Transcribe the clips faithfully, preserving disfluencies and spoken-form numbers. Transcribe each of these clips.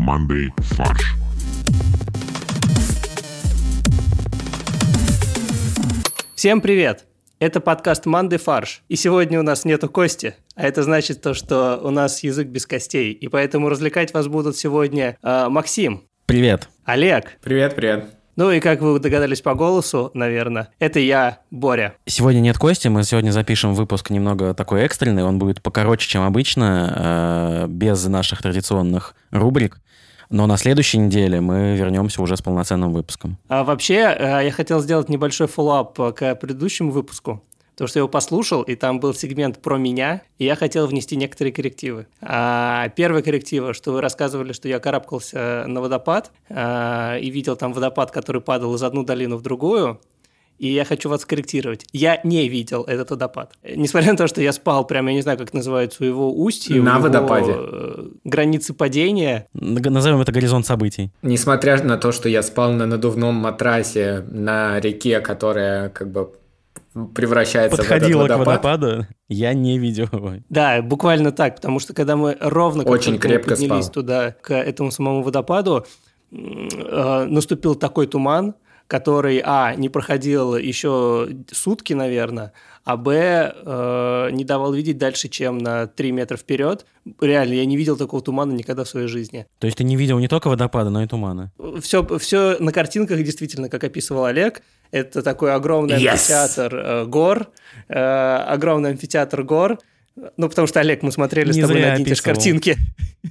командой «Фарш». Всем привет! Это подкаст «Манды Фарш». И сегодня у нас нету Кости, а это значит то, что у нас язык без костей. И поэтому развлекать вас будут сегодня э, Максим. Привет. Олег. Привет, привет. Ну и как вы догадались по голосу, наверное, это я, Боря. Сегодня нет Кости, мы сегодня запишем выпуск немного такой экстренный, он будет покороче, чем обычно, э, без наших традиционных рубрик. Но на следующей неделе мы вернемся уже с полноценным выпуском. А вообще, э, я хотел сделать небольшой фоллоуап к предыдущему выпуску, потому что я его послушал, и там был сегмент про меня, и я хотел внести некоторые коррективы. А первая корректива, что вы рассказывали, что я карабкался на водопад а, и видел там водопад, который падал из одну долину в другую, и я хочу вас скорректировать. Я не видел этот водопад. Несмотря на то, что я спал прямо, я не знаю, как называется, у его устья, на у водопаде. Его, э, границы падения. Назовем это горизонт событий. Несмотря на то, что я спал на надувном матрасе на реке, которая как бы превращается Подходила в этот водопад. к водопаду, я не видел его. Да, буквально так, потому что когда мы ровно как Очень крепко поднялись спал. туда, к этому самому водопаду, э, наступил такой туман, который, а, не проходил еще сутки, наверное, а, б, э, не давал видеть дальше, чем на три метра вперед. Реально, я не видел такого тумана никогда в своей жизни. То есть ты не видел не только водопада, но и тумана? Все, все на картинках, действительно, как описывал Олег, это такой огромный Yes! амфитеатр э, гор, э, огромный амфитеатр гор, ну, потому что, Олег, мы смотрели Не с тобой зря на одни и те же описывал. картинки.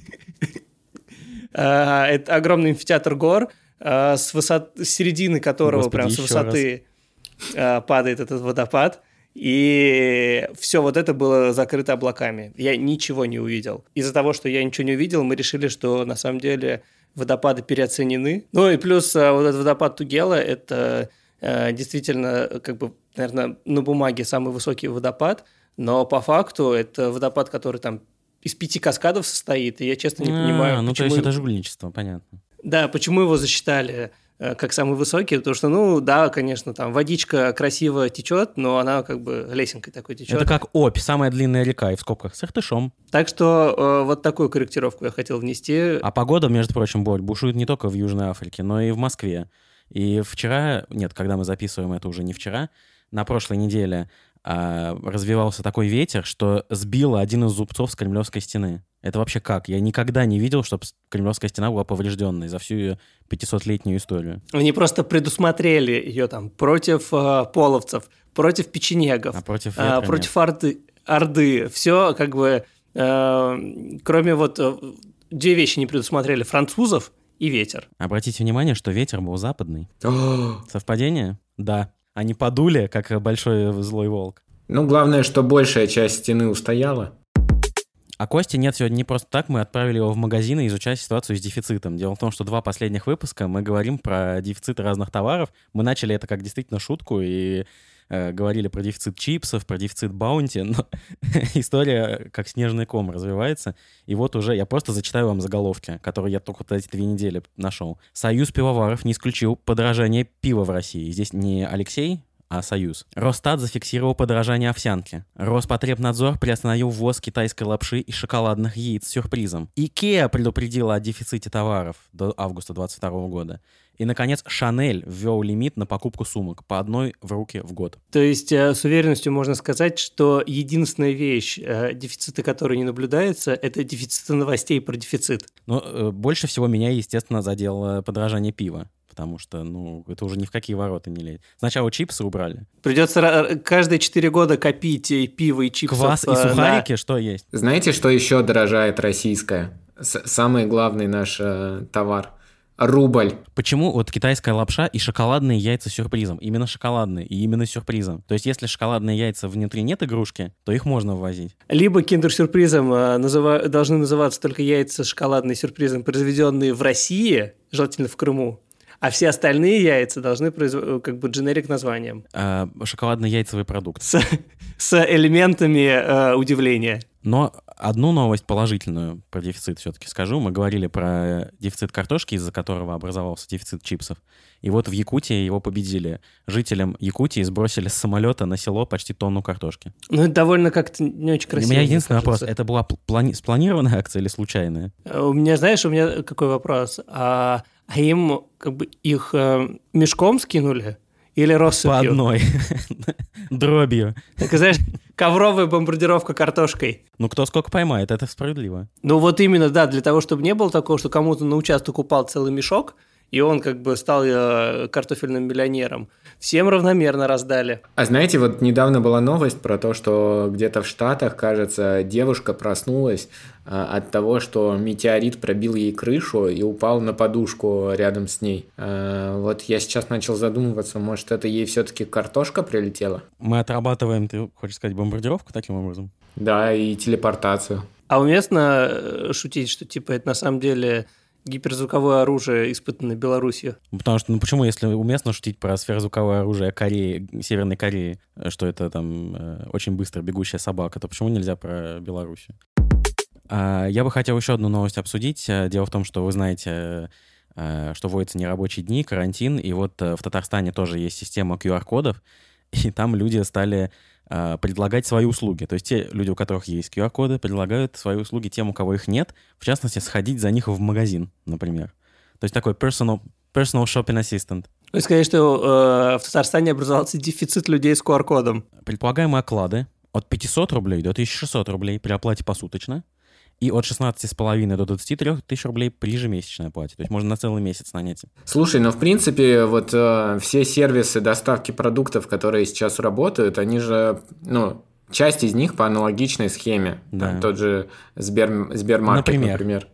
Это огромный амфитеатр гор, с высоты, с середины которого, Господи, прям с еще высоты раз. падает этот водопад. И все вот это было закрыто облаками. Я ничего не увидел. Из-за того, что я ничего не увидел, мы решили, что на самом деле водопады переоценены. Ну и плюс вот этот водопад Тугела – это действительно, как бы, наверное, на бумаге самый высокий водопад, но по факту это водопад, который там из пяти каскадов состоит, и я, честно, не а, понимаю, ну, почему... то есть это жульничество, понятно. Да, почему его засчитали э, как самый высокий, потому что, ну, да, конечно, там водичка красиво течет, но она как бы лесенкой такой течет. Это как Обь, самая длинная река, и в скобках с Иртышом. Так что э, вот такую корректировку я хотел внести. А погода, между прочим, Борь, бушует не только в Южной Африке, но и в Москве. И вчера, нет, когда мы записываем это уже не вчера, на прошлой неделе а, развивался такой ветер, что сбило один из зубцов с Кремлевской стены. Это вообще как? Я никогда не видел, чтобы Кремлевская стена была поврежденной за всю ее пятисотлетнюю историю. Они просто предусмотрели ее там против э, половцев, против печенегов, А против ветра э, против нет. орды, орды. Все как бы, э, кроме вот э, две вещи не предусмотрели: французов и ветер. Обратите внимание, что ветер был западный. О, Совпадение? Да. Они подули, как большой злой волк. ну, главное, что большая часть стены устояла. А Кости нет сегодня не просто так, мы отправили его в магазин и изучать ситуацию с дефицитом. Дело в том, что два последних выпуска мы говорим про дефицит разных товаров. Мы начали это как действительно шутку и э, говорили про дефицит чипсов, про дефицит баунти, но история как снежный ком развивается. И вот уже я просто зачитаю вам заголовки, которые я только вот эти две недели нашел. Союз пивоваров не исключил подорожание пива в России. Здесь не Алексей, а Союз. Росстат зафиксировал подорожание овсянки. Роспотребнадзор приостановил ввоз китайской лапши и шоколадных яиц с сюрпризом. Икеа предупредила о дефиците товаров до августа двадцать второго года. И, наконец, Шанель ввел лимит на покупку сумок по одной в руки в год. То есть э, с уверенностью можно сказать, что единственная вещь, э, дефицита которой не наблюдается, это дефицит новостей про дефицит. Но э, больше всего меня, естественно, задело подорожание пива. Потому что, ну, это уже ни в какие ворота не лезет. Сначала чипсы убрали. Придется ра- каждые четыре года копить и пиво, и чипсов. Квас и э, сухарики, на- что есть? Знаете, что еще дорожает российское? С- самый главный наш э, товар. Рубль. Почему вот китайская лапша и шоколадные яйца с сюрпризом? Именно шоколадные и именно с сюрпризом. То есть если шоколадные яйца внутри нет игрушки, то их можно ввозить. Либо киндер-сюрпризом э, называ- должны называться только яйца с шоколадным сюрпризом, произведенные в России, желательно в Крыму, а все остальные яйца должны производить как бы дженерик названием. А, шоколадно-яйцевый продукт. С, с элементами э, удивления. Но Одну новость положительную про дефицит все-таки скажу. Мы говорили про дефицит картошки, из-за которого образовался дефицит чипсов. И вот в Якутии его победили. Жителям Якутии сбросили с самолета на село почти тонну картошки. Ну, это довольно как-то не очень красиво. У меня единственный вопрос. Это была плани- спланированная акция или случайная? У меня, знаешь, у меня какой вопрос. А, а им как бы их э, мешком скинули? Или россыпью? По одной. Дробью. Так, знаешь, ковровая бомбардировка картошкой. Ну, кто сколько поймает, это справедливо. Ну, вот именно, да, для того, чтобы не было такого, что кому-то на участок упал целый мешок, и он как бы стал э, картофельным миллионером. Всем равномерно раздали. А знаете, вот недавно была новость про то, что где-то в Штатах, кажется, девушка проснулась э, от того, что метеорит пробил ей крышу и упал на подушку рядом с ней. Э, вот я сейчас начал задумываться, может, это ей все-таки картошка прилетела? Мы отрабатываем, ты хочешь сказать, бомбардировку таким образом? Да, и телепортацию. А уместно шутить, что типа это на самом деле гиперзвуковое оружие, испытанное Белоруссией? Потому что, ну почему, если уместно шутить про сверхзвуковое оружие Кореи, Северной Кореи, что это там э, очень быстро бегущая собака, то почему нельзя про Белоруссию? А, я бы хотел еще одну новость обсудить. Дело в том, что вы знаете, э, что вводятся нерабочие дни, карантин, и вот э, в Татарстане тоже есть система ку ар-кодов, и там люди стали э, предлагать свои услуги. То есть те люди, у которых есть ку ар-коды, предлагают свои услуги тем, у кого их нет, в частности, сходить за них в магазин, например. То есть такой personal, personal shopping assistant. Вы сказали, что э, в Татарстане образовался дефицит людей с ку ар-кодом. Предполагаемые оклады от пятьсот рублей до тысяча шестьсот рублей при оплате посуточно и от шестнадцати с половиной до двадцати трёх тысяч рублей при ежемесячной оплате. То есть можно на целый месяц нанять. Слушай, ну в принципе вот э, все сервисы доставки продуктов, которые сейчас работают, они же, ну, часть из них по аналогичной схеме. Да. Там тот же Сбер, Сбермаркет, например. например.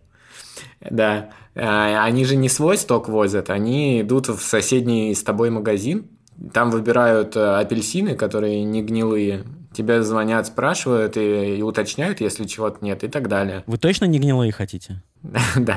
Да. А, они же не свой сток возят, они идут в соседний с тобой магазин, там выбирают апельсины, которые не гнилые. Тебе звонят, спрашивают и, и уточняют, если чего-то нет, и так далее. Вы точно не гнилые хотите? Да.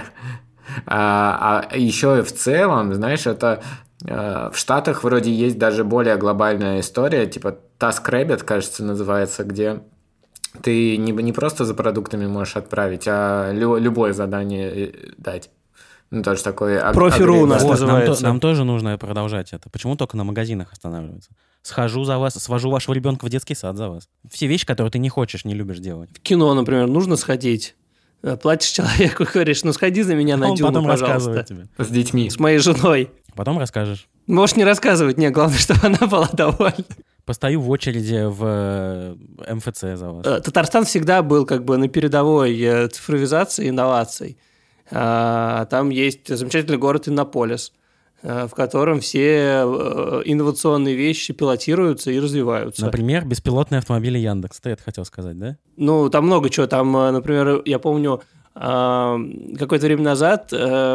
А, а еще в целом, знаешь, это в Штатах вроде есть даже более глобальная история, типа TaskRabbit, кажется, называется, где ты не, не просто за продуктами можешь отправить, а лю, любое задание дать. Ну, тоже такой... Профи.ру у нас вот, называется. Нам, нам тоже нужно продолжать это. Почему только на магазинах останавливаться? Схожу за вас, свожу вашего ребенка в детский сад за вас. Все вещи, которые ты не хочешь, не любишь делать. В кино, например, нужно сходить. Платишь человеку и говоришь, ну сходи за меня на Он Дюну, потом пожалуйста. рассказывает тебе. С детьми. С моей женой. Потом расскажешь. Можешь не рассказывать, не, главное, чтобы она была довольна. Постою в очереди в эм эф цэ за вас. Татарстан всегда был как бы на передовой цифровизации, инноваций. Там есть замечательный город Иннополис, в котором все инновационные вещи пилотируются и развиваются. Например, беспилотные автомобили Яндекс. Ты это хотел сказать, да? Ну, там много чего. Там, например, я помню, какое-то время назад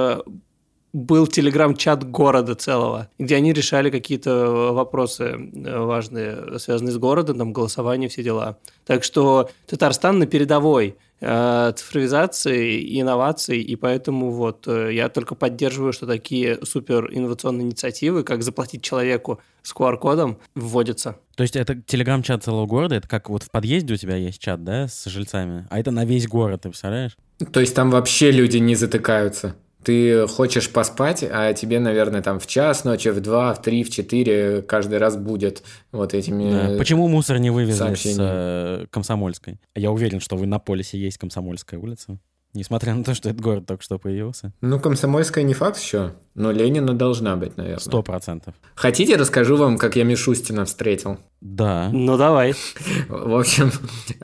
был телеграм-чат города целого, где они решали какие-то вопросы важные, связанные с городом, там, голосование, все дела. Так что Татарстан на передовой цифровизации и инноваций, и поэтому вот я только поддерживаю, что такие супер инновационные инициативы, как заплатить человеку с ку ар-кодом, вводятся. То есть это телеграм-чат целого города, это как вот в подъезде у тебя есть чат, да, с жильцами, а это на весь город, ты представляешь? То есть там вообще люди не затыкаются? Ты хочешь поспать, а тебе, наверное, там в час ночи, в два, в три, в четыре каждый раз будет вот этими Да. Почему мусор не вывезли сообщения. с э, Комсомольской? Я уверен, что в Иннополисе есть Комсомольская улица, несмотря на то, что этот город только что появился. Ну, Комсомольская не факт еще, но Ленина должна быть, наверное. Сто процентов. Хотите, расскажу вам, как я Мишустина встретил? Да. Ну, давай. В общем,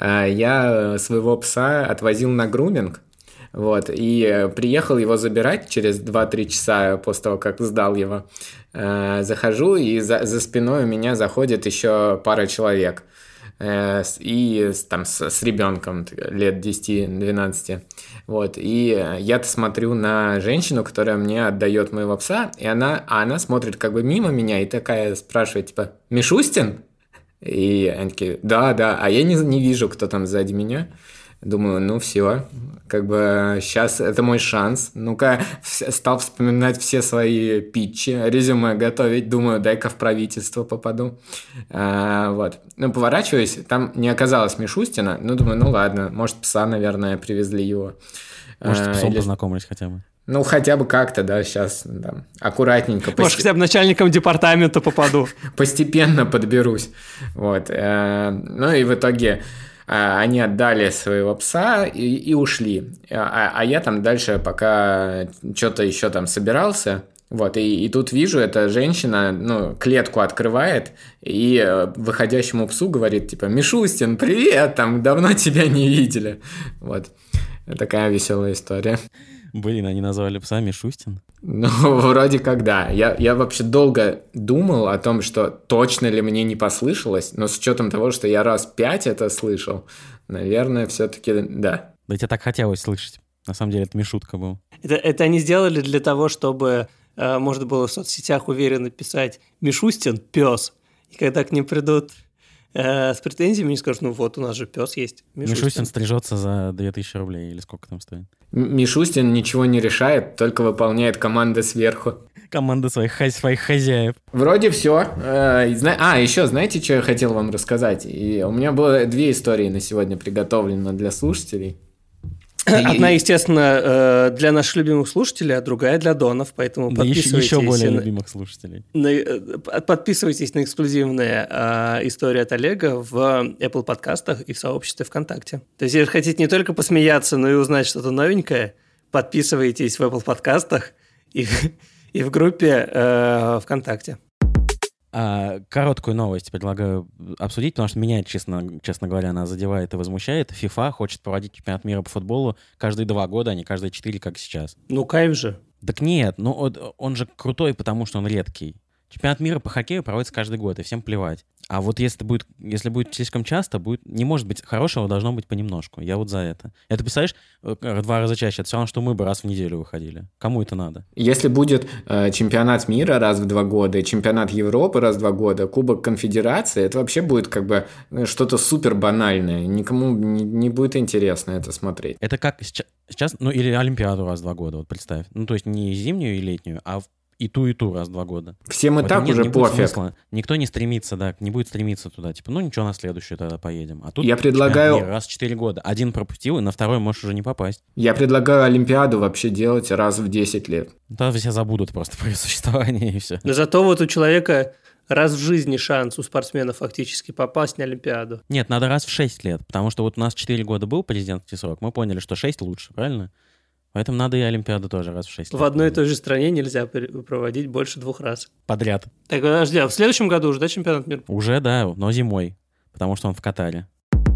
я своего пса отвозил на груминг. Вот, и приехал его забирать через два-три часа после того, как сдал его. Захожу, и за, за спиной у меня заходит еще пара человек. И там с, с ребенком лет десяти-двенадцати. Вот, и я-то смотрю на женщину, которая мне отдает моего пса, и она, а она смотрит как бы мимо меня и такая спрашивает, типа, Мишустин? И они такие, да, да, а я не, не вижу, кто там сзади меня. Думаю, ну все, как бы сейчас это мой шанс. Ну-ка, стал вспоминать все свои питчи, резюме готовить. Думаю, дай-ка в правительство попаду. А, вот. Ну, поворачиваюсь, там не оказалось Мишустина. Ну, думаю, ну ладно, может, пса, наверное, привезли его. Может, с псом Или... познакомились хотя бы. Ну, хотя бы как-то, да, сейчас да, аккуратненько. Может, хотя бы начальником департамента попаду. Постепенно подберусь. Вот. Ну и в итоге они отдали своего пса и, и ушли. А, а я там дальше пока что-то еще там собирался. Вот, и, и тут вижу, эта женщина, ну, клетку открывает и выходящему псу говорит, типа, Мишустин, привет, там, давно тебя не видели. Вот, такая веселая история. Блин, они назвали пса Мишустин? Ну, вроде как да. Я, я вообще долго думал о том, что точно ли мне не послышалось, но с учетом того, что я раз пять это слышал, наверное, все-таки да. Да тебе так хотелось слышать. На самом деле это Мишутка был. Это, это они сделали для того, чтобы э, можно было в соцсетях уверенно писать «Мишустин – пес». И когда к ним придут э, с претензиями, они скажут, ну вот, у нас же пес есть. Мишустин, Мишустин стрижется за две тысячи рублей или сколько там стоит. Мишустин ничего не решает, только выполняет команды сверху. Команда своих, своих хозяев. Вроде все. А, еще знаете, что я хотел вам рассказать? И у меня было две истории на сегодня приготовлено для слушателей. Одна, естественно, для наших любимых слушателей, а другая для донов, поэтому да подписывайтесь. Еще более на... любимых слушателей. На... Подписывайтесь на эксклюзивные э, истории от Олега в Apple подкастах и в сообществе ВКонтакте. То есть, если хотите не только посмеяться, но и узнать что-то новенькое, подписывайтесь в Apple подкастах и, и в группе э, ВКонтакте. А, короткую новость предлагаю обсудить, потому что меня, честно, честно говоря, она задевает и возмущает. FIFA хочет проводить чемпионат мира по футболу каждые два года, а не каждые четыре, как сейчас. Ну, кайф же. Так нет, ну он, он же крутой, потому что он редкий. Чемпионат мира по хоккею проводится каждый год, и всем плевать. А вот если будет, если будет слишком часто, будет, не может быть хорошего, должно быть понемножку. Я вот за это. Это, представляешь, два раза чаще. Это все равно, что мы бы раз в неделю выходили. Кому это надо? Если будет э, чемпионат мира раз в два года, чемпионат Европы раз в два года, Кубок Конфедерации, это вообще будет как бы что-то супер банальное. Никому не, не будет интересно это смотреть. Это как сейчас, ну или Олимпиаду раз в два года, вот представь. Ну то есть не зимнюю и летнюю, а в и ту, и ту раз в два года. Всем и поэтому так нет, уже не пофиг. Никто не стремится, да, не будет стремиться туда. Типа, ну ничего, на следующую тогда поедем. А тут я предлагаю... раз в четыре года. Один пропустил, и на второй можешь уже не попасть. Я предлагаю Олимпиаду вообще делать раз в десять лет. Да, все забудут просто про ее существование, и все. Но зато вот у человека раз в жизни шанс у спортсмена фактически попасть на Олимпиаду. Нет, надо раз в шесть лет, потому что вот у нас четыре года был президентский срок, мы поняли, что шесть лучше, правильно? Поэтому надо и Олимпиаду тоже раз в шесть лет. В одной и той же стране нельзя проводить больше двух раз. Подряд. Так, подожди, а в следующем году уже, да, чемпионат мира? Уже, да, но зимой, потому что он в Катаре.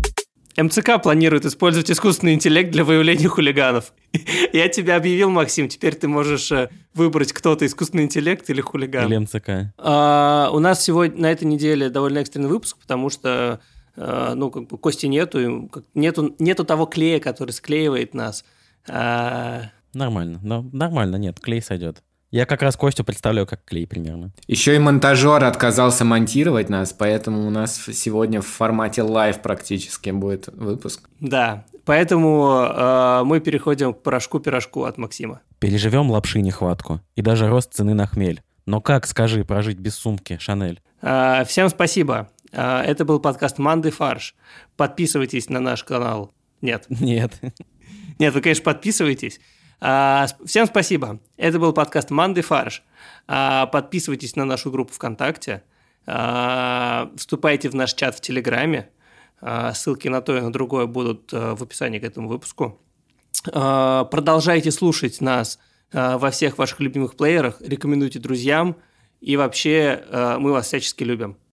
МЦК планирует использовать искусственный интеллект для выявления хулиганов. Я тебя объявил, Максим, теперь ты можешь выбрать, кто-то искусственный интеллект или хулиган. Или МЦК. А, у нас сегодня на этой неделе довольно экстренный выпуск, потому что, ну, как бы Кости нету, нету, нету того клея, который склеивает нас. А... Нормально, но нормально, нет, клей сойдет. Я как раз Костю представляю как клей примерно. Еще и монтажер отказался монтировать нас, поэтому у нас сегодня в формате лайв практически будет выпуск. Да, поэтому э, мы переходим к порошку-пирожку от Максима. Переживем лапши нехватку и даже рост цены на хмель. Но как, скажи, прожить без сумки, Шанель? Э, всем спасибо. Э, это был подкаст «Манды фарш». Подписывайтесь на наш канал. Нет. Нет. Нет, вы, конечно, подписывайтесь. А, всем спасибо. Это был подкаст «Манды фарш». А, подписывайтесь на нашу группу ВКонтакте. А, вступайте в наш чат в Телеграме. А, ссылки на то и на другое будут а, в описании к этому выпуску. А, продолжайте слушать нас а, во всех ваших любимых плеерах. Рекомендуйте друзьям. И вообще а, мы вас всячески любим.